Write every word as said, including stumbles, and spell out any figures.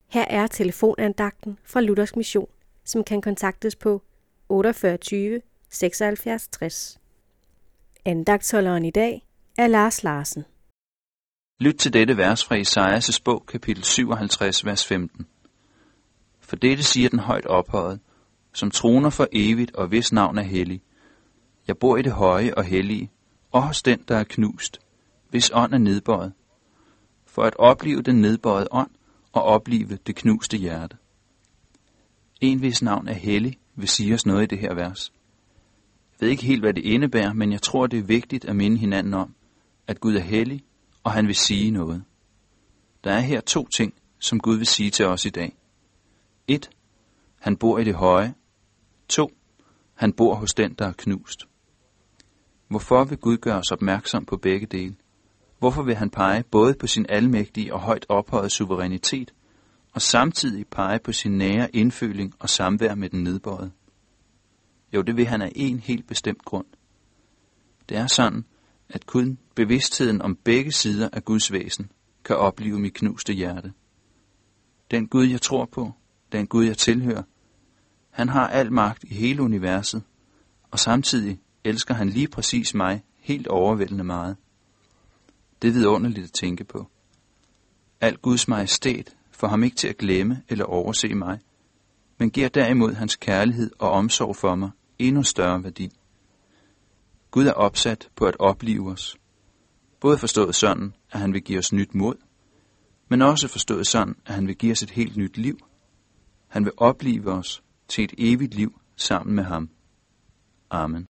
Her er telefonandagten fra Luthersk Mission, som kan kontaktes på otteogfyrre tyve seksoghalvfjerds tres. Andagtsholderen i dag er Lars Larsen. Lyt til dette vers fra Esajas' bog, kapitel syvoghalvtreds, vers femten. For dette siger den højt ophøjet, som troner for evigt og hvis navn er hellig. Jeg bor i det høje og hellige, og hos den, der er knust, hvis ånd er nedbøjet, for at opleve den nedbøjede ånd og opleve det knuste hjerte. En, hvis navn er hellig, vil sige os noget i det her vers. Jeg ved ikke helt, hvad det indebærer, men jeg tror, det er vigtigt at minde hinanden om, at Gud er hellig, og han vil sige noget. Der er her to ting, som Gud vil sige til os i dag. et. Han bor i det høje. to. Han bor hos den, der er knust. Hvorfor vil Gud gøre os opmærksom på begge dele? Hvorfor vil han pege både på sin almægtige og højt ophøjede suverænitet, og samtidig pege på sin nære indføling og samvær med den nedbøjede? Jo, det vil han af en helt bestemt grund. Det er sådan, at kun bevidstheden om begge sider af Guds væsen kan opleve mit knuste hjerte. Den Gud, jeg tror på, den Gud, jeg tilhører, han har al magt i hele universet, og samtidig elsker han lige præcis mig helt overvældende meget. Det er vidunderligt at tænke på. Al Guds majestæt får ham ikke til at glemme eller overse mig, men giver derimod hans kærlighed og omsorg for mig endnu større værdi. Gud er opsat på at oplive os. Både forstået sådan, at han vil give os nyt mod, men også forstået sådan, at han vil give os et helt nyt liv. Han vil oplive os til et evigt liv sammen med ham. Amen.